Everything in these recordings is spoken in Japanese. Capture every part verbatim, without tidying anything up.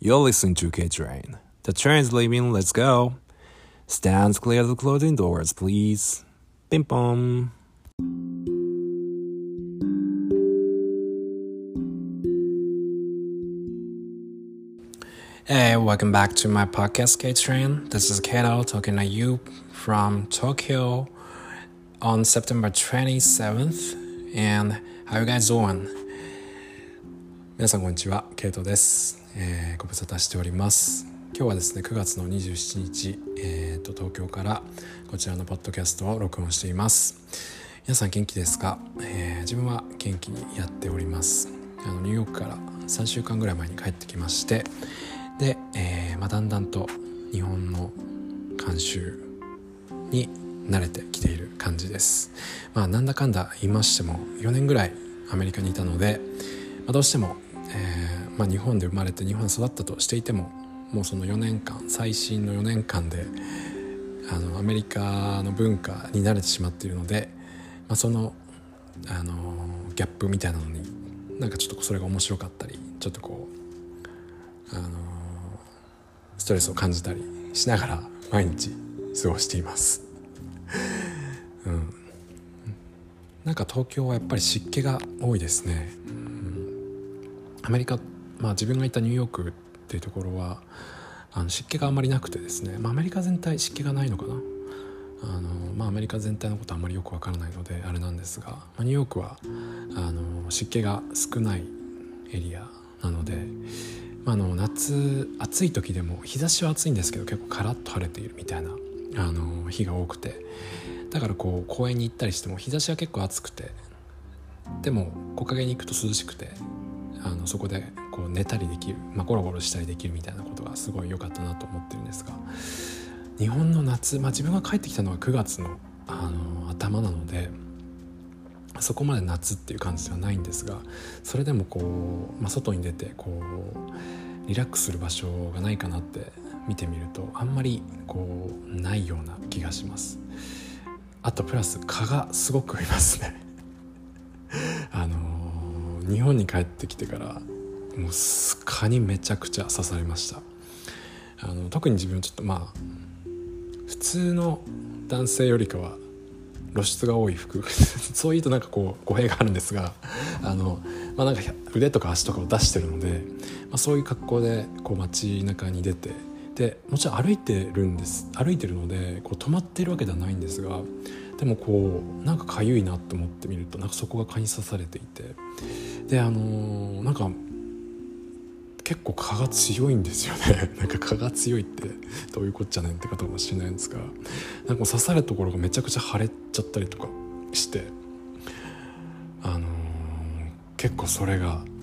You're listening to K-Train. The train is leaving, let's go. Stands clear the closing doors, please. Ping pong. Hey, welcome back to my podcast, K-Train. This is Kato talking to you from Tokyo on September twenty-seventh. And how you guys doing? 皆さんこんにちは、ケイトです。えー、ご無沙汰しております。今日はですね、くがつのにじゅうしちにち、えー、と東京からこちらのポッドキャストを録音しています。皆さん元気ですか？えー、自分は元気にやっております。あのニューヨークからさんしゅうかんぐらい前に帰ってきまして、で、えーまあ、だんだんと日本の慣習に慣れてきている感じです。まあなんだかんだ言いましてもよねんぐらいアメリカにいたので、まあ、どうしても、えーまあ、日本で生まれて日本で育ったとしていても、もうそのよねんかん最新のよねんかんであのアメリカの文化に慣れてしまっているので、まあ、その、あのー、ギャップみたいなのになんかちょっとそれが面白かったり、ちょっとこう、あのー、ストレスを感じたりしながら毎日過ごしています。うん、なんか東京はやっぱり湿気が多いですね。うん、アメリカ、まあ、自分がいたニューヨークっていうところはあの湿気があんまりなくてですね、まあ、アメリカ全体湿気がないのかな。あの、まあ、アメリカ全体のことはあんまりよくわからないのであれなんですが、まあ、ニューヨークはあの湿気が少ないエリアなので、まあ、あの夏暑い時でも日差しは暑いんですけど結構カラッと晴れているみたいなあの日が多くて、だからこう公園に行ったりしても日差しは結構暑くて、でも木陰に行くと涼しくて、あのそこでこう寝たりできる、まあ、ゴロゴロしたりできるみたいなことがすごい良かったなと思ってるんですが、日本の夏、まあ、自分が帰ってきたのはくがつの、あの頭なのでそこまで夏っていう感じではないんですが、それでもこう、まあ、外に出てこうリラックスする場所がないかなって見てみるとあんまりこうないような気がします。あとプラス蚊がすごくいますねあのー、日本に帰ってきてからもう蚊にめちゃくちゃ刺されました。あの特に自分ちょっとまあ普通の男性よりかは露出が多い服そういうとなんかこう語弊があるんですが、あの、まあ、なんか腕とか足とかを出してるので、まあ、そういう格好でこう街中に出て、でもちろん歩いてるんです歩いてるのでこう止まってるわけではないんですが、でもこうなんかかゆいなと思ってみるとなんかそこが蚊に刺されていて、であのー、なんか結構蚊が強いんですよねなんか蚊が強いってどういうこっちゃねんって方かもしれないんですが、なんか刺されるところがめちゃくちゃ腫れちゃったりとかして、あのー、結構それが、あのー、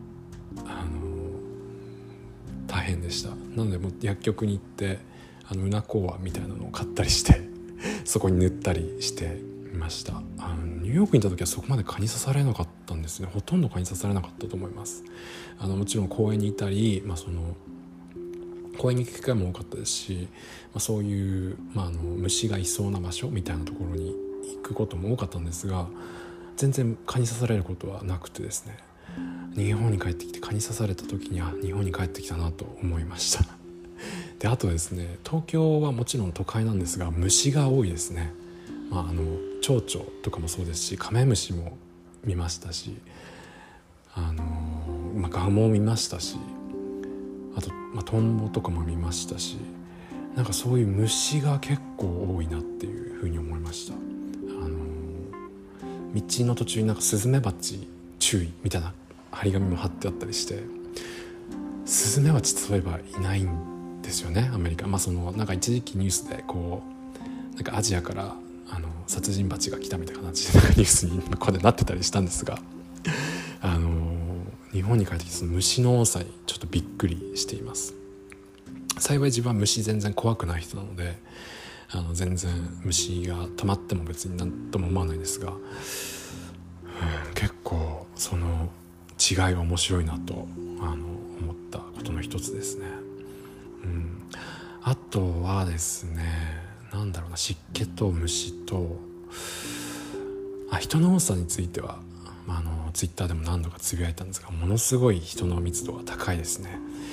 大変でした。なのでもう薬局に行ってあのウナコアみたいなのを買ったりしてそこに塗ったりしていました。あのニューヨークにいた時はそこまで蚊に刺されなかったんですね。ほとんど蚊に刺されなかったと思います。あのもちろん公園にいたり、まあ、その公園に行く機会も多かったですし、まあ、そういう、まあ、あの虫がいそうな場所みたいなところに行くことも多かったんですが、全然蚊に刺されることはなくてですね、日本に帰ってきて蚊に刺された時には日本に帰ってきたなと思いましたであとですね、東京はもちろん都会なんですが虫が多いですね。まあ、あの蝶々とかもそうですしカメムシも見ましたし、あの、まあ、ガモを見ましたし、あと、まあ、トンボとかも見ましたし、なんかそういう虫が結構多いなっていうふうに思いました。あの道の途中になんかスズメバチ注意みたいな張り紙も貼ってあったりして、スズメバチそういえばいないんですよねアメリカ。まあそのなんか一時期ニュースでこうなんかアジアからあの殺人バチが来たみたいな形でなんかニュースにここでなってたりしたんですが、あの日本に帰ってきてその虫の多さにちょっとびっくりしています。幸い自分は虫全然怖くない人なので、あの全然虫が溜まっても別に何とも思わないですが、うん、結構その違いが面白いなとあの思ったことの一つですね。うん、あとはですね、なんだろうな、湿気と虫とあ人の多さについては、まあ、あのツイッターでも何度かつぶやいたんですが、ものすごい人の密度が高いですね。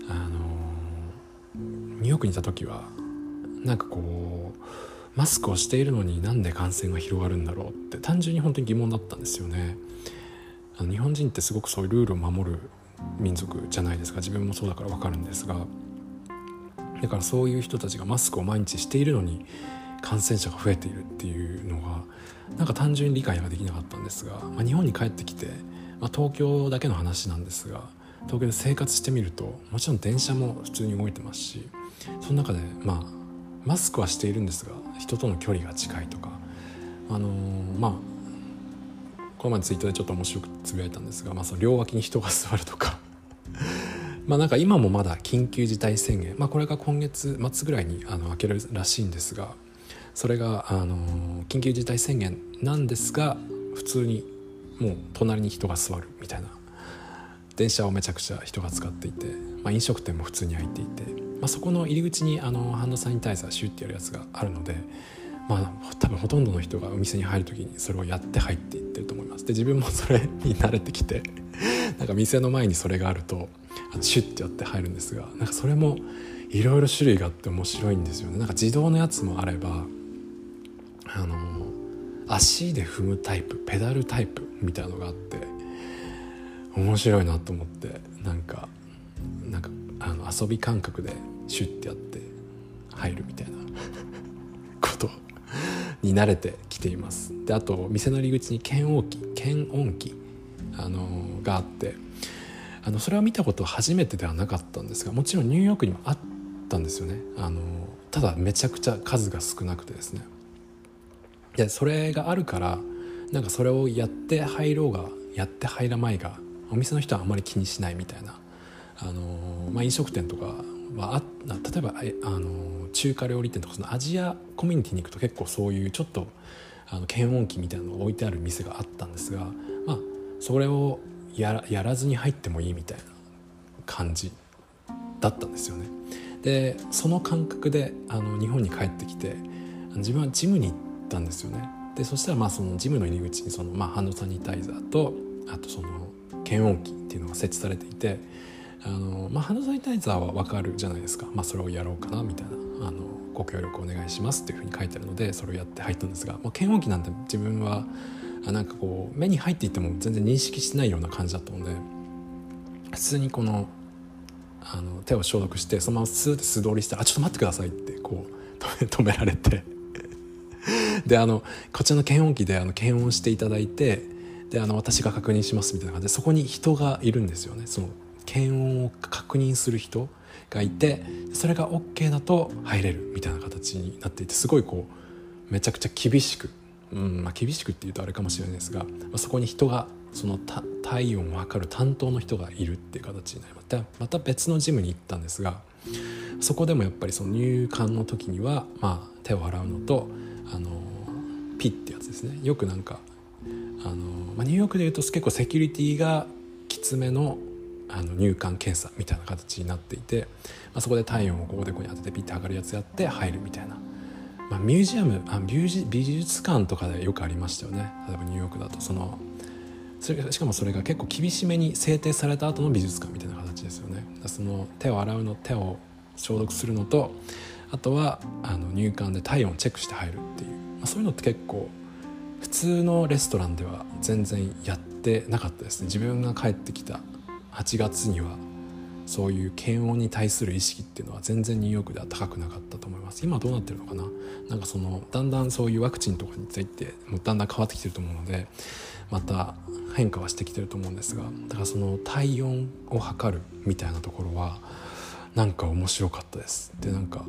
あのニューヨークにいた時はなんかこうマスクをしているのになんで感染が広がるんだろうって単純に本当に疑問だったんですよね。あの日本人ってすごくそういうルールを守る民族じゃないですか。自分もそうだから分かるんですが、だからそういう人たちがマスクを毎日しているのに感染者が増えているっていうのがなんか単純に理解ができなかったんですが、まあ、日本に帰ってきて、まあ、東京だけの話なんですが、東京で生活してみるともちろん電車も普通に動いてますし、その中でまあマスクはしているんですが人との距離が近いとか、あのー、まあこの前ツイッターでちょっと面白くつぶやいたんですが、まあ、その両脇に人が座るとかまあなんか今もまだ緊急事態宣言、まあ、これが今月末ぐらいにあの明けるらしいんですが、それがあの緊急事態宣言なんですが普通にもう隣に人が座るみたいな、電車をめちゃくちゃ人が使っていて、まあ、飲食店も普通に開いていて、まあ、そこの入り口にあのハンドサニタイザーシュッてやるやつがあるので、まあ、多分ほとんどの人がお店に入る時にそれをやって入っていってると思います。で自分もそれに慣れてきてなんか店の前にそれがあるとあのシュッてやって入るんですが、なんかそれもいろいろ種類があって面白いんですよね。なんか自動のやつもあれば、あの足で踏むタイプ、ペダルタイプみたいなのがあって面白いなと思って、なんかなんかあの遊び感覚でシュッてやって入るみたいなことに慣れてきています。であと店の入り口に検温器検温器あのがあって、あのそれは見たこと初めてではなかったんですが、もちろんニューヨークにもあったんですよね。あのただめちゃくちゃ数が少なくてですね、でそれがあるからなんかそれをやって入ろうがやって入らないがお店の人はあまり気にしないみたいな、あの、まあ、飲食店とかはあ例えばあの中華料理店とかそのアジアコミュニティに行くと結構そういうちょっとあの検温器みたいなのが置いてある店があったんですが、まあ、それをや ら, やらずに入ってもいいみたいな感じだったんですよね。でその感覚であの日本に帰ってきて自分はジムに行ったんですよね。でそしたらまあそのジムの入り口にその、まあ、ハンドサニタイザーとあとその検温器っていうのが設置されていて、あの、まあ、ハンドサニタイザーは分かるじゃないですか、まあ、それをやろうかなみたいな、あのご協力お願いしますっていうふうに書いてあるのでそれをやって入ったんですが、もう検温器なんて自分はなんかこう目に入っていっても全然認識してないような感じだったので、普通にこのあの手を消毒してそのままスーッて素通りして、あちょっと待ってくださいってこう止められてであのこちらの検温器であの検温していただいて、であの私が確認しますみたいな感じでそこに人がいるんですよね。その検温を確認する人がいて、それが OK だと入れるみたいな形になっていて、すごいこうめちゃくちゃ厳しく、うんまあ、厳しくっていうとあれかもしれないですが、まあ、そこに人がその体温を測る担当の人がいるっていう形になります。また別のジムに行ったんですが、そこでもやっぱりその入館の時には、まあ、手を洗うのとあのピッってやつですね。よくなんかあの、まあ、ニューヨークでいうと結構セキュリティがきつめのあの入館検査みたいな形になっていて、まあ、そこで体温をこうおでこに当ててピッて測るやつやって入るみたいな、まあ、ミュージアムあ美術美術館とかでよくありましたよね。例えばニューヨークだとそのそれしかもそれが結構厳しめに制定された後の美術館みたいな形ですよね。その手を洗うの手を消毒するのと、あとはあの入館で体温をチェックして入るっていう、まあ、そういうのって結構普通のレストランでは全然やってなかったですね。自分が帰ってきたはちがつにはそういう検温に対する意識っていうのは全然ニューヨークでは高くなかったと思います。今どうなってるのかな。なんかそのだんだんそういうワクチンとかについてもうだんだん変わってきてると思うので、また変化はしてきてると思うんですが、だからその体温を測るみたいなところはなんか面白かったです。でなんか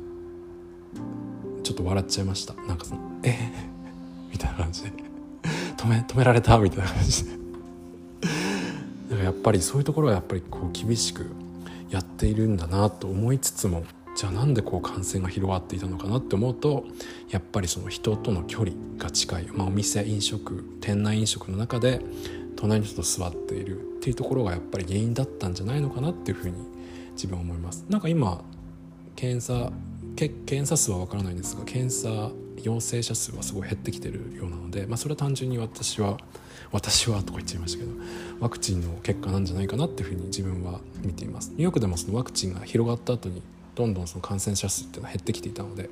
ちょっと笑っちゃいました。なんかそのえー、みたいな感じで止め止められたみたいな感じでだからやっぱりそういうところはやっぱりこう厳しくやっているんだなと思いつつも、じゃあなんでこう感染が広がっていたのかなって思うと、やっぱりその人との距離が近い、まあ、お店飲食店内飲食の中で隣の人と座っているっていうところがやっぱり原因だったんじゃないのかなっていうふうに自分は思います。なんか今検査検査数は分からないんですが、検査陽性者数はすごい減ってきてるようなので、まあ、それは単純に私は私はとか言っちゃいましたけどワクチンの結果なんじゃないかなっていうふうに自分は見ています。ニューヨークでもそのワクチンが広がった後にどんどんその感染者数っていうのは減ってきていたので、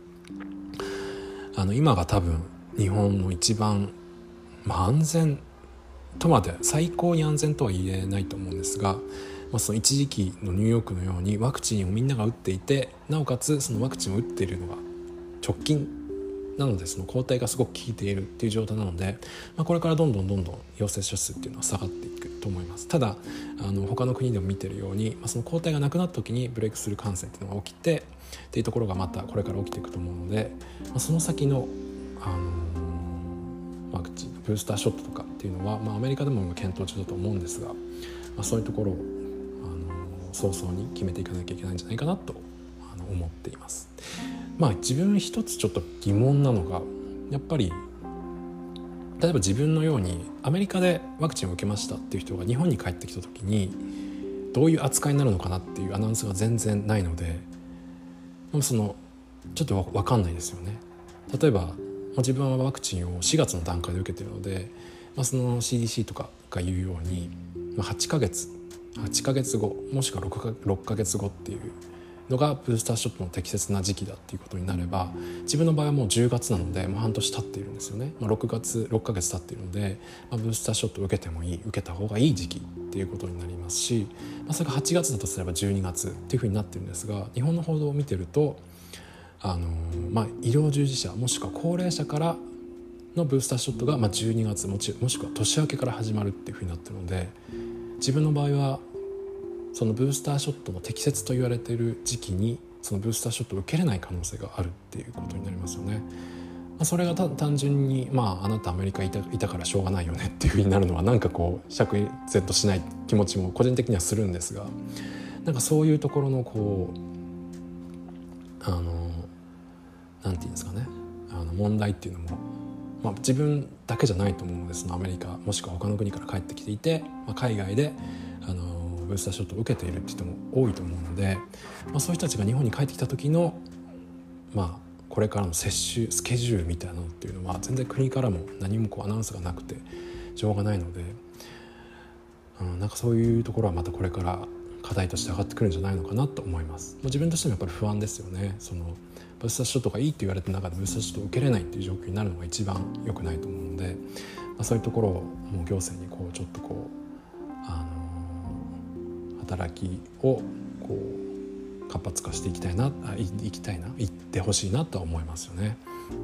あの今が多分日本の一番、まあ、安全とまで最高に安全とは言えないと思うんですが、まあ、その一時期のニューヨークのようにワクチンをみんなが打っていて、なおかつそのワクチンを打っているのが直近なのでその抗体がすごく効いているっていう状態なので、まあ、これからどんどんどんどん陽性者数っていうのは下がっていくと思います。ただあの他の国でも見てるように、まあ、その抗体がなくなった時にブレイクスルー感染っていうのが起きてっていうところがまたこれから起きていくと思うので、まあ、その先の、あのー、ワクチンのブースターショットとかっていうのは、まあ、アメリカでも今検討中だと思うんですが、まあ、そういうところを、あのー、早々に決めていかなきゃいけないんじゃないかなとあの思っています。まあ自分一つちょっと疑問なのが、やっぱり例えば自分のようにアメリカでワクチンを受けましたっていう人が日本に帰ってきた時にどういう扱いになるのかなっていうアナウンスが全然ないので、そのちょっと分かんないですよね。例えば自分はワクチンをしがつの段階で受けているので、まあ、その シーディーシー とかが言うようにはちかげつはちかげつごもしくはろっかげつごっていうのがブースターショットの適切な時期だっていうことになれば、自分の場合はもうじゅうがつなのでもう半年経っているんですよね。まあ、ろくがつろっかげつ経っているので、まあ、ブースターショットを受けてもいい受けた方がいい時期っていうことになりますし、まあ、それがはちがつだとすればじゅうにがつっていうふうになってるんですが、日本の報道を見てるとあのーまあ、医療従事者もしくは高齢者からのブースターショットがまあじゅうにがつもちもしくは年明けから始まるっていうふうになってるので、自分の場合はそのブースターショットの適切と言われている時期にそのブースターショットを受けれない可能性があるっていうことになりますよね。まあ、それが単純に、まあ、あなたアメリカにいた、いたからしょうがないよねっていうふうになるのはなんかこう釈然としない気持ちも個人的にはするんですが、なんかそういうところのこうあのなんていうんですかね、あの問題っていうのも、まあ、自分だけじゃないと思うので、そのアメリカもしくは他の国から帰ってきていて、まあ、海外であのブースターショットを受けているって人も多いと思うので、まあ、そういう人たちが日本に帰ってきた時の、まあ、これからの接種スケジュールみたいなのっていうのは全然国からも何もこうアナウンスがなくてしょうがないので、うん、なんかそういうところはまたこれから課題として上がってくるんじゃないのかなと思います。自分としてもやっぱり不安ですよね。そのブースターショットがいいって言われた中でブースターショットを受けれないっていう状況になるのが一番良くないと思うので、まあ、そういうところをもう行政にこうちょっとこう、あのー、働きをこう活発化していきたいなあいいきたいな言ってほしいなとは思いますよね。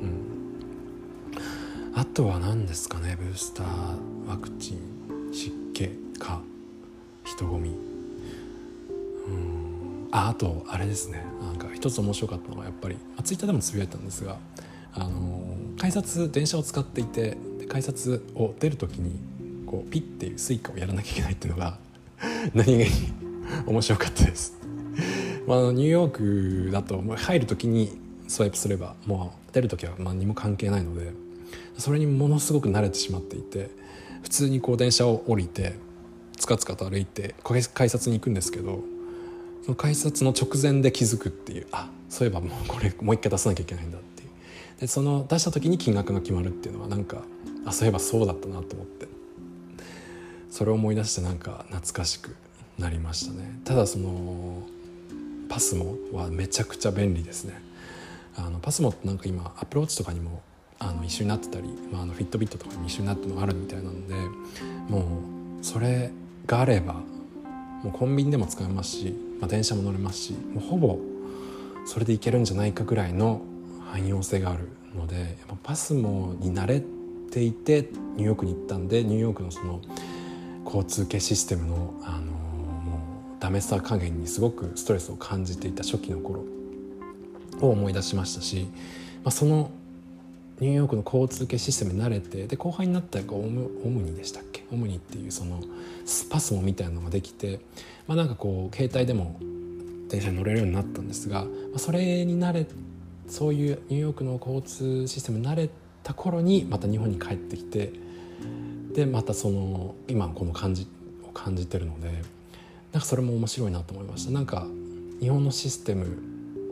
うん、あとは何ですかね、ブースターワクチン湿気蚊人混み、うんあ, あとあれですね、なんか一つ面白かったのがやっぱり、まあ、ツイッターでもつぶやいたんですが、あの改札電車を使っていてで改札を出るときにこうピッていうスイカをやらなきゃいけないっていうのが何気に面白かったです。まあ、ニューヨークだともう入るときにスワイプすればもう出るときは何も関係ないので、それにものすごく慣れてしまっていて、普通にこう電車を降りてつかつかと歩いて改札に行くんですけど、その改札の直前で気づくっていう、あ、そういえばもうこれもう一回出さなきゃいけないんだっていうで、その出した時に金額が決まるっていうのはなんか、あ、そういえばそうだったなと思って、それを思い出してなんか懐かしくなりましたね。ただそのパスモはめちゃくちゃ便利ですね。あのパスモってなんか今アップルウォッチとかにもあの一緒になってたり、まあ、あのフィットビットとかにも一緒になってるのがあるみたいなので、もうそれがあればもうコンビニでも使えますし、まあ、電車も乗れますし、もうほぼそれでいけるんじゃないかぐらいの汎用性があるので、やっぱパスモに慣れていてニューヨークに行ったんで、ニューヨークのその交通系システムの、あのー、もうダメさ加減にすごくストレスを感じていた初期の頃を思い出しましたし、まあ、そのニューヨークの交通系システムに慣れて、で後輩になったらオム、オムニでしたっけ、オムニっていうそのパスモみたいなのができて、まあ、なんかこう携帯でも電車に乗れるようになったんですが、まあ、それに慣れそういうニューヨークの交通システムに慣れた頃にまた日本に帰ってきて、でまたその今この感じを感じてるので、なんかそれも面白いなと思いました。なんか日本のシステム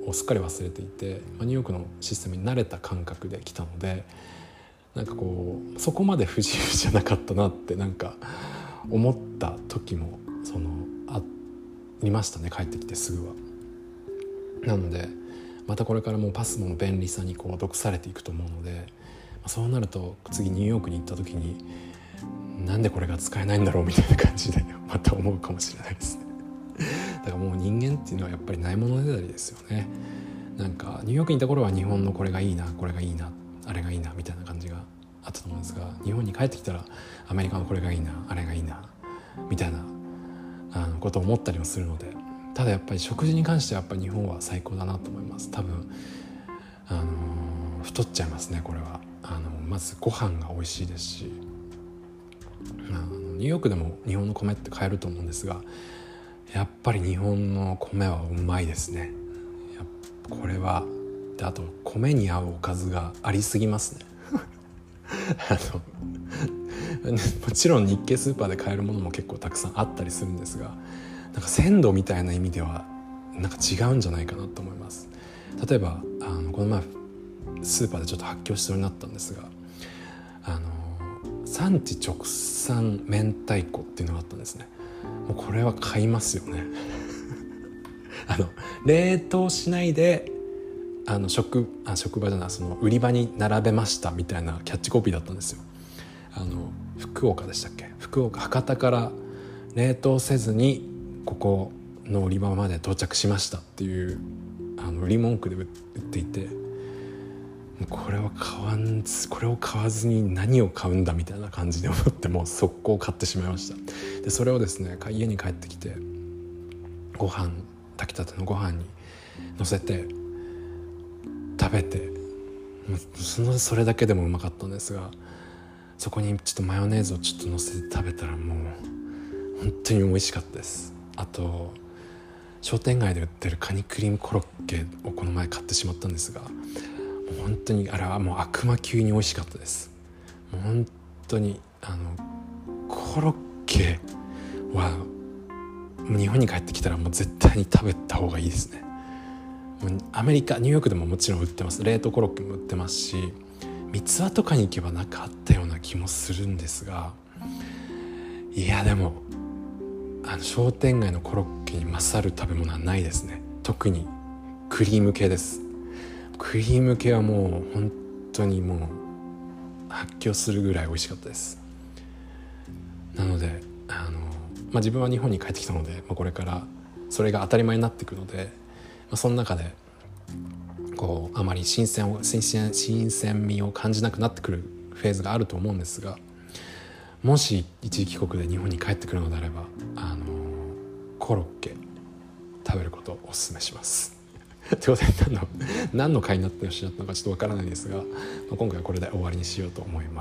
をすっかり忘れていて、まあ、ニューヨークのシステムに慣れた感覚で来たので、なんかこうそこまで不自由じゃなかったなってなんか思った時もそのありましたね。帰ってきてすぐは。なのでまたこれからもうパスモの便利さにこう毒されていくと思うので、まあ、そうなると次ニューヨークに行った時になんでこれが使えないんだろうみたいな感じでまた思うかもしれないですね。だからもう人間っていうのはやっぱりないものねだりですよね。なんかニューヨークにいた頃は日本のこれがいいなこれがいいなあれがいいなみたいな感じがあったと思うんですが、日本に帰ってきたらアメリカのこれがいいなあれがいいなみたいなあのことを思ったりもするので、ただやっぱり食事に関してはやっぱり日本は最高だなと思います。多分あのー、太っちゃいますねこれは。あのまずご飯が美味しいですし、あのニューヨークでも日本の米って買えると思うんですが、やっぱり日本の米はうまいですね。やっぱこれはで、あと米に合うおかずがありすぎますねあのもちろん日系スーパーで買えるものも結構たくさんあったりするんですが、なんか鮮度みたいな意味ではなんか違うんじゃないかなと思います。例えばあのこの前スーパーでちょっと発狂しそうになったんですが、あの産地直産明太子っていうのがあったんですね。もうこれは買いますよねあの冷凍しないであの 職, あ職場じゃないその売り場に並べましたみたいなキャッチコピーだったんですよ。あの福岡でしたっけ、福岡博多から冷凍せずにここの売り場まで到着しましたっていうあの売り文句で売っていて、これは買わんこれを買わずに何を買うんだみたいな感じで思ってもう速攻買ってしまいました。でそれをですね家に帰ってきてご飯炊きたてのご飯に乗せて食べて、そのそれだけでもうまかったんですが、そこにちょっとマヨネーズをちょっと乗せて食べたらもう本当に美味しかったです。あと商店街で売ってるカニクリームコロッケをこの前買ってしまったんですが、もう本当にあれはもう悪魔級に美味しかったです。もう本当にあのコロッケは日本に帰ってきたらもう絶対に食べた方がいいですね。もうアメリカニューヨークでももちろん売ってます。冷凍コロッケも売ってますし、三つ葉とかに行けばなんかあったような気もするんですが、いやでもあの商店街のコロッケに勝る食べ物はないですね。特にクリーム系です。クリーム系はもう本当にもう発狂するぐらい美味しかったです。なのであの、まあ、自分は日本に帰ってきたので、まあ、これからそれが当たり前になっていくので、まあ、その中でこうあまり新鮮を新鮮新鮮味を感じなくなってくるフェーズがあると思うんですが、もし一時帰国で日本に帰ってくるのであればあのコロッケ食べることをお勧めしますということで何の何の回になってらっしゃったのかちょっとわからないですが、まあ、今回はこれで終わりにしようと思います。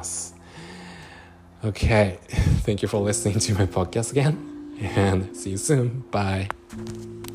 Okay, thank you for listening to my podcast again and see you soon. Bye.